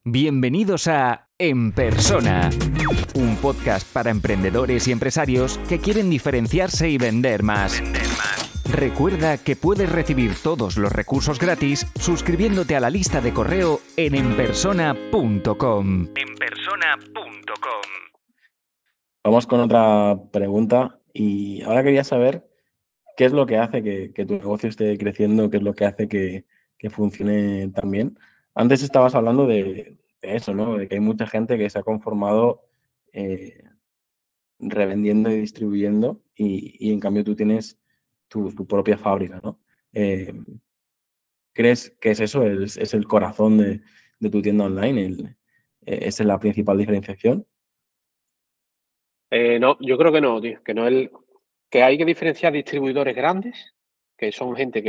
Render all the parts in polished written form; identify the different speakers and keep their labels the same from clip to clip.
Speaker 1: Bienvenidos a En Persona, un podcast para emprendedores y empresarios que quieren diferenciarse y vender más. Recuerda que puedes recibir todos los recursos gratis suscribiéndote a la lista de correo en enpersona.com.
Speaker 2: Vamos con otra pregunta y ahora quería saber qué es lo que hace que tu negocio esté creciendo, qué es lo que hace que funcione tan bien. Antes estabas hablando de eso, ¿no? De que hay mucha gente que se ha conformado revendiendo y distribuyendo y en cambio tú tienes tu propia fábrica, ¿no? ¿Crees que es eso? ¿Es el corazón de tu tienda online? ¿Esa es la principal diferenciación?
Speaker 3: No, yo creo que no, tío, que hay que diferenciar distribuidores grandes, que son gente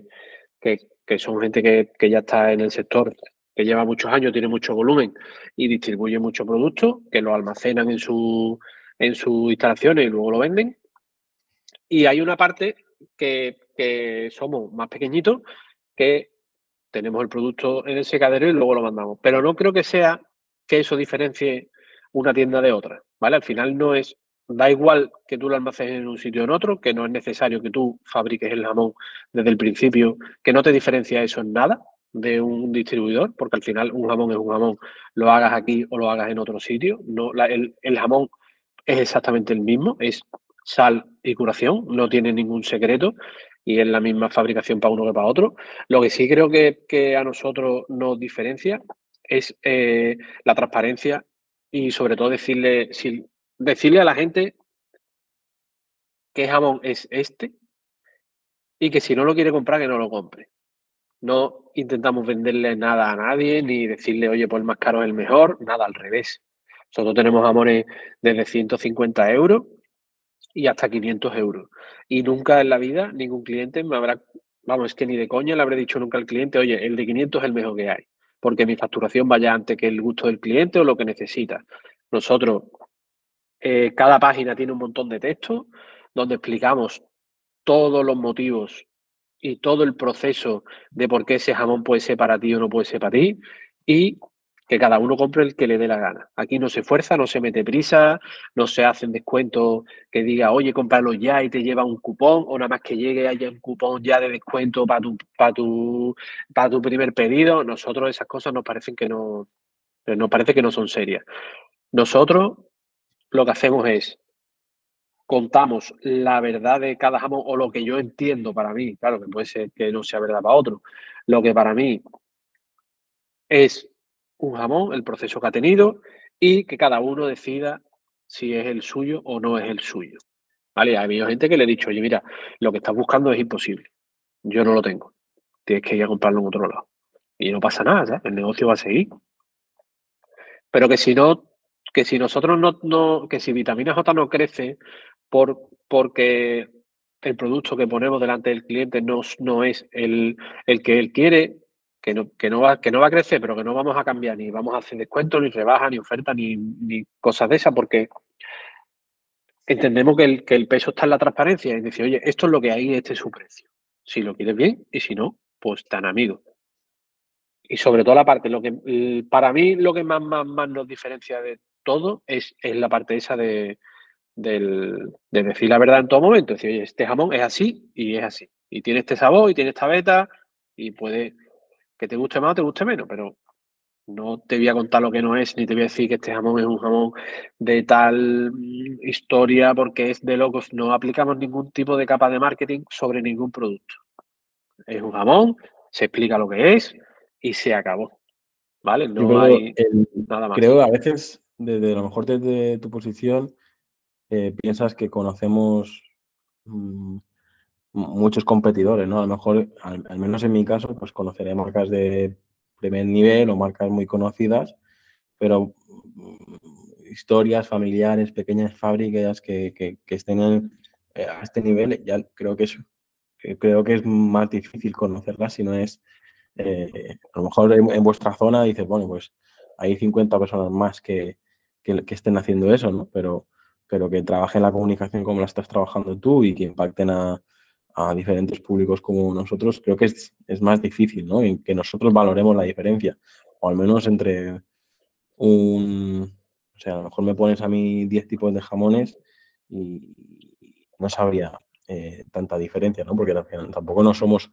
Speaker 3: que son gente que ya está en el sector, que lleva muchos años, tiene mucho volumen y distribuye mucho producto, que lo almacenan en sus instalaciones y luego lo venden. Y hay una parte que somos más pequeñitos, que tenemos el producto en el secadero y luego lo mandamos. Pero no creo que sea que eso diferencie una tienda de otra, ¿vale? Al final da igual que tú lo almacenes en un sitio o en otro, que no es necesario que tú fabriques el jamón desde el principio, que no te diferencia eso en nada de un distribuidor, porque al final un jamón es un jamón, lo hagas aquí o lo hagas en otro sitio. No, el jamón es exactamente el mismo, es sal y curación, no tiene ningún secreto y es la misma fabricación para uno que para otro. Lo que sí creo que a nosotros nos diferencia es la transparencia y sobre todo decirle a la gente qué jamón es este y que si no lo quiere comprar, que no lo compre. No intentamos venderle nada a nadie ni decirle, oye, pues el más caro es el mejor, nada, al revés. Nosotros tenemos jamones desde 150 euros y hasta 500 euros. Y nunca en la vida ningún cliente vamos, es que ni de coña le habré dicho nunca al cliente, oye, el de 500 es el mejor que hay, porque mi facturación vaya antes que el gusto del cliente o lo que necesita. Nosotros, cada página tiene un montón de texto donde explicamos todos los motivos y todo el proceso de por qué ese jamón puede ser para ti o no puede ser para ti y que cada uno compre el que le dé la gana. Aquí no se fuerza, no se mete prisa, no se hacen descuentos que diga, oye, cómpralo ya y te lleva un cupón, o nada más que llegue haya un cupón ya de descuento para tu primer pedido. Nosotros esas cosas nos parece que no son serias. Nosotros lo que hacemos es contamos la verdad de cada jamón o lo que yo entiendo para mí, claro que puede ser que no sea verdad para otro, lo que para mí es un jamón, el proceso que ha tenido y que cada uno decida si es el suyo o no es el suyo. ¿Vale? Ha habido gente que le he dicho, oye, mira, lo que estás buscando es imposible, yo no lo tengo, tienes que ir a comprarlo en otro lado. Y no pasa nada, ¿sabes? El negocio va a seguir. Pero que si nosotros que si Vitamina J no crece porque el producto que ponemos delante del cliente no es el que él quiere, que no va a crecer, pero que no vamos a cambiar, ni vamos a hacer descuentos, ni rebajas, ni ofertas, ni cosas de esas, porque entendemos que el peso está en la transparencia y decir, oye, esto es lo que hay, este es su precio. Si lo quieres bien y si no, pues tan amigo. Y sobre todo la parte, para mí lo que más nos diferencia de todo es la parte esa de decir la verdad en todo momento. Es decir, oye, este jamón es así y es así. Y tiene este sabor y tiene esta beta y puede que te guste más o te guste menos, pero no te voy a contar lo que no es, ni te voy a decir que este jamón es un jamón de tal historia porque es de locos. No aplicamos ningún tipo de capa de marketing sobre ningún producto. Es un jamón, se explica lo que es y se acabó. ¿Vale? No hay nada más.
Speaker 2: Creo a veces, desde a lo mejor desde tu posición, piensas que conocemos muchos competidores, ¿no? A lo mejor, al menos en mi caso, pues conoceré marcas de primer nivel o marcas muy conocidas, pero historias familiares, pequeñas fábricas que estén a este nivel, ya creo que es más difícil conocerlas si no es, a lo mejor en vuestra zona dices, bueno, pues hay 50 personas más que estén haciendo eso, ¿no? Pero que trabajen la comunicación como la estás trabajando tú y que impacten a diferentes públicos como nosotros, creo que es más difícil, ¿no? Y que nosotros valoremos la diferencia, o al menos entre o sea, a lo mejor me pones a mí 10 tipos de jamones y no sabría tanta diferencia, ¿no? Porque al final tampoco no somos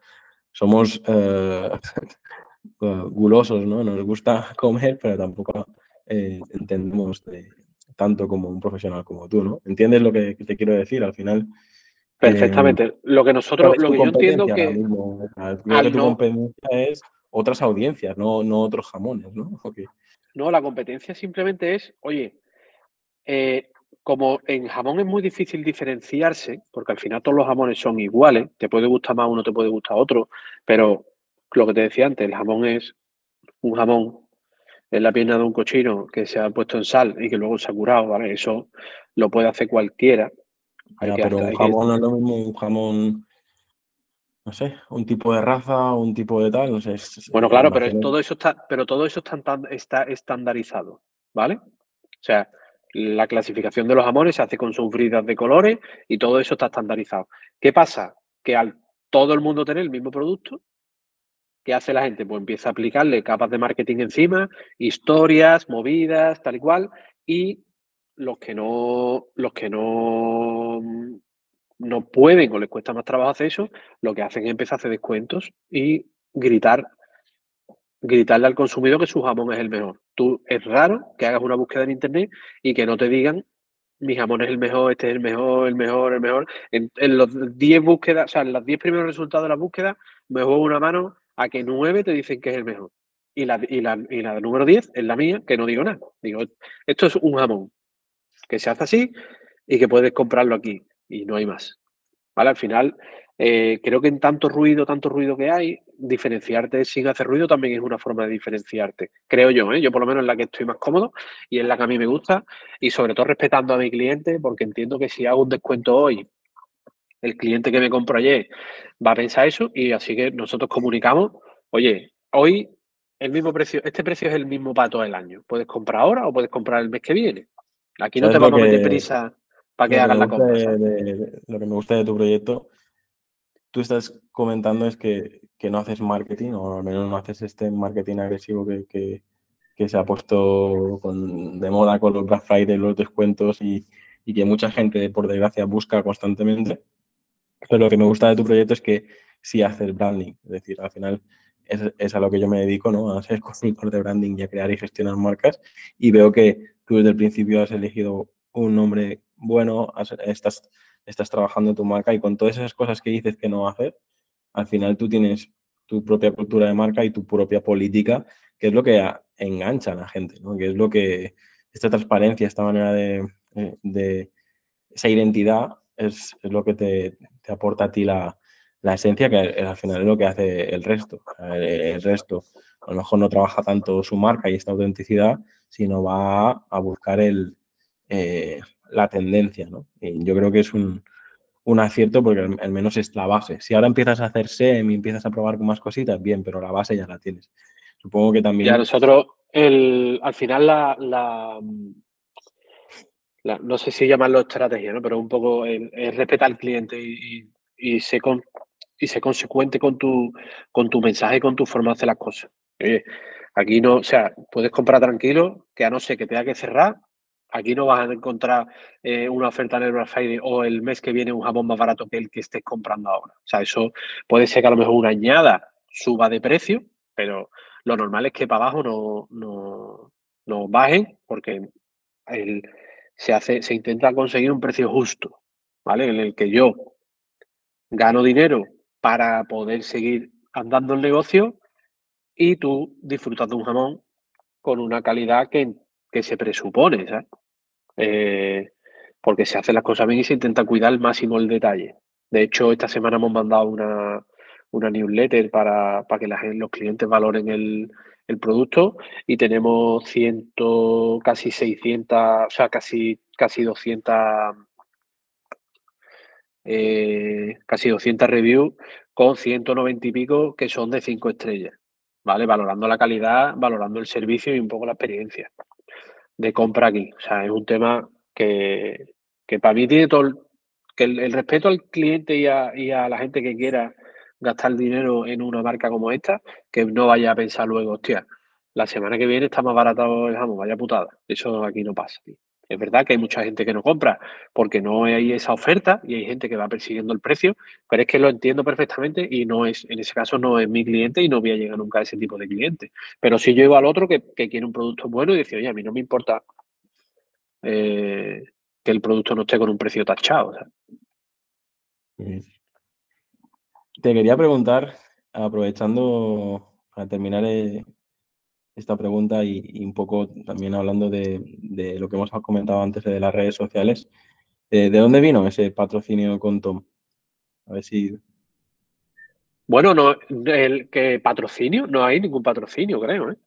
Speaker 2: gulosos, ¿no? Nos gusta comer, pero tampoco entendemos tanto como un profesional como tú, ¿no? ¿Entiendes lo que te quiero decir? Al final,
Speaker 3: Perfectamente. Lo
Speaker 2: ¿cuál es
Speaker 3: lo
Speaker 2: tu
Speaker 3: que yo entiendo
Speaker 2: competencia ahora
Speaker 3: que
Speaker 2: mismo? O sea, creo que
Speaker 3: al
Speaker 2: tu
Speaker 3: no,
Speaker 2: competencia es otras audiencias, no otros jamones, ¿no? Okay.
Speaker 3: no, la competencia simplemente es, oye, eh, como en jamón es muy difícil diferenciarse, porque al final todos los jamones son iguales, te puede gustar más uno, te puede gustar otro, pero lo que te decía antes, el jamón es un jamón, es la pierna de un cochino que se ha puesto en sal y que luego se ha curado, ¿vale? Eso lo puede hacer cualquiera.
Speaker 2: Ya, pero un
Speaker 3: Hay que
Speaker 2: jamón no es lo mismo, un jamón, no sé, un tipo de raza, un tipo de tal, no sé,
Speaker 3: Bueno, claro, pero
Speaker 2: imagino.
Speaker 3: todo eso está estandarizado, ¿vale? O sea, la clasificación de los jamones se hace con sus bridas de colores y todo eso está estandarizado. ¿Qué pasa? Que al todo el mundo tener el mismo producto, ¿qué hace la gente? Pues empieza a aplicarle capas de marketing encima, historias, movidas, tal y cual, y los que no pueden o les cuesta más trabajo hacer eso, lo que hacen es empezar a hacer descuentos y gritarle al consumidor que su jamón es el mejor. Tú es raro que hagas una búsqueda en internet y que no te digan mi jamón es el mejor, este es el mejor, el mejor, el mejor. En los 10 búsquedas, o sea, en los 10 primeros resultados de la búsqueda, me juego una mano a que 9 te dicen que es el mejor. Y la número 10 es la mía, que no digo nada. Digo, esto es un jamón que se hace así y que puedes comprarlo aquí. Y no hay más. ¿Vale? Al final, creo que en tanto ruido que hay, diferenciarte sin hacer ruido también es una forma de diferenciarte. Creo yo, ¿eh? Yo por lo menos es la que estoy más cómodo y es la que a mí me gusta y sobre todo respetando a mi cliente porque entiendo que si hago un descuento hoy, el cliente que me compró ayer va a pensar eso y así que nosotros comunicamos, oye, hoy el mismo precio, este precio es el mismo para todo el año. Puedes comprar ahora o puedes comprar el mes que viene. Aquí no te
Speaker 2: ¿Sabes lo
Speaker 3: vamos a meter
Speaker 2: que,
Speaker 3: prisa para que
Speaker 2: lo que me
Speaker 3: hagas la
Speaker 2: gusta
Speaker 3: compra, ¿sabes?
Speaker 2: lo que me gusta de tu proyecto? Tú estás comentando es que no haces marketing, o al menos no haces este marketing agresivo que se ha puesto de moda con los Black Friday, los descuentos y que mucha gente, por desgracia, busca constantemente. Pero lo que me gusta de tu proyecto es que sí haces branding. Es decir, al final es a lo que yo me dedico, ¿no? A ser consultor de branding y a crear y gestionar marcas. Y veo que tú desde el principio has elegido un nombre bueno, estás trabajando en tu marca y con todas esas cosas que dices que no haces, al final tú tienes tu propia cultura de marca y tu propia política, que es lo que engancha a la gente, ¿no? Que es lo que esta transparencia, esta manera de esa identidad es lo que te aporta a ti la esencia, que al final es lo que hace el resto. El resto a lo mejor no trabaja tanto su marca y esta autenticidad, sino va a buscar la tendencia, ¿no? Y yo creo que es un acierto porque al menos es la base. Si ahora empiezas a hacer SEM y empiezas a probar con más cositas, bien, pero la base ya la tienes. Supongo que
Speaker 3: Ya
Speaker 2: también.
Speaker 3: nosotros, al final, no sé si llamarlo estrategia, ¿no? Pero un poco el respetar al cliente y y ser consecuente con tu mensaje y con tu forma de hacer las cosas. Oye, aquí no, o sea, puedes comprar tranquilo, que a no ser que tenga que cerrar, aquí no vas a encontrar una oferta en el Black Friday o el mes que viene un jamón más barato que el que estés comprando ahora. O sea, eso puede ser que a lo mejor una añada suba de precio, pero lo normal es que para abajo no bajen porque el, se intenta conseguir un precio justo, ¿vale? En el que yo gano dinero para poder seguir andando el negocio y tú disfrutas de un jamón con una calidad que se presupone, ¿sabes? Eh, porque se hacen las cosas bien y se intenta cuidar al máximo el detalle. De hecho, esta semana hemos mandado una newsletter para que los clientes valoren el producto y tenemos casi 600, o sea, casi 200, casi 200 reviews con 190 y pico que son de 5 estrellas, ¿vale? Valorando la calidad, valorando el servicio y un poco la experiencia de compra aquí. O sea, es un tema que para mí tiene todo que el respeto al cliente y a la gente que quiera gastar dinero en una marca como esta, que no vaya a pensar luego, hostia, la semana que viene está más barato el jamón, vaya putada. Eso aquí no pasa, tío. Es verdad que hay mucha gente que no compra porque no hay esa oferta y hay gente que va persiguiendo el precio, pero es que lo entiendo perfectamente y no es, en ese caso no es mi cliente y no voy a llegar nunca a ese tipo de cliente. Pero sí yo iba al otro que quiere un producto bueno y dice, oye, a mí no me importa que el producto no esté con un precio tachado. O sea.
Speaker 2: Te quería preguntar, aprovechando para terminar esta pregunta y un poco también hablando de lo que hemos comentado antes de las redes sociales, ¿de dónde vino ese patrocinio con Tom? A ver si...
Speaker 3: Bueno, no, que patrocinio, no hay ningún patrocinio, creo, ¿eh?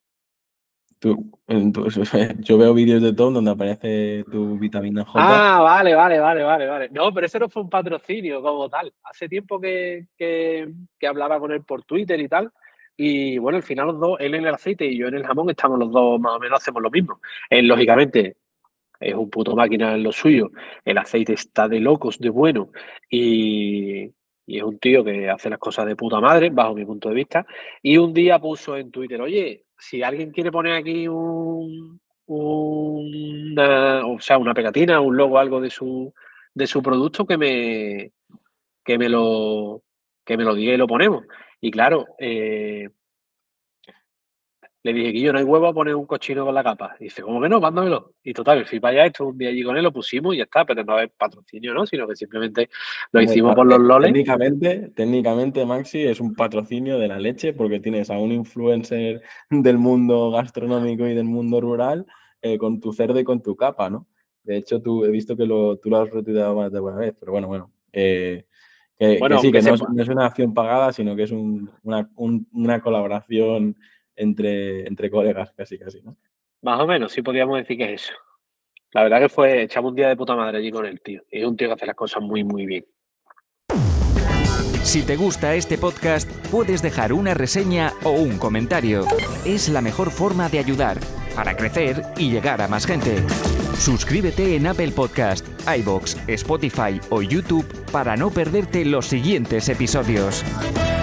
Speaker 2: Yo veo vídeos de Tom donde aparece tu vitamina J.
Speaker 3: Ah, vale. No, pero ese no fue un patrocinio como tal. Hace tiempo que hablaba con él por Twitter y tal. Y bueno, al final los dos, él en el aceite y yo en el jamón, estamos los dos más o menos, hacemos lo mismo. Él, lógicamente, es un puto máquina en lo suyo. El aceite está de locos, de bueno. Y es un tío que hace las cosas de puta madre, bajo mi punto de vista. Y un día puso en Twitter, oye, si alguien quiere poner aquí una pegatina, un logo, algo de su producto, que me lo diga y lo ponemos. Y claro, le dije, Guillo, no hay huevo a poner un cochino con la capa. Y dice, ¿cómo que no? Mándamelo. Y total, fui para allá, estuve un día allí con él, lo pusimos y ya está, pero no es patrocinio, ¿no? Sino que simplemente lo hicimos por los loles.
Speaker 2: Técnicamente, Maxi, es un patrocinio de la leche porque tienes a un influencer del mundo gastronómico y del mundo rural con tu cerdo y con tu capa, ¿no? De hecho, he visto que tú lo has retuiteado más de buena vez, pero bueno. Que sí, que no es una acción pagada, sino que es una colaboración entre colegas, casi, ¿no?
Speaker 3: Más o menos, sí podríamos decir que es eso. La verdad que echamos un día de puta madre allí con el tío. Y es un tío que hace las cosas muy, muy bien.
Speaker 1: Si te gusta este podcast, puedes dejar una reseña o un comentario. Es la mejor forma de ayudar, para crecer y llegar a más gente. Suscríbete en Apple Podcast, iVoox, Spotify o YouTube para no perderte los siguientes episodios.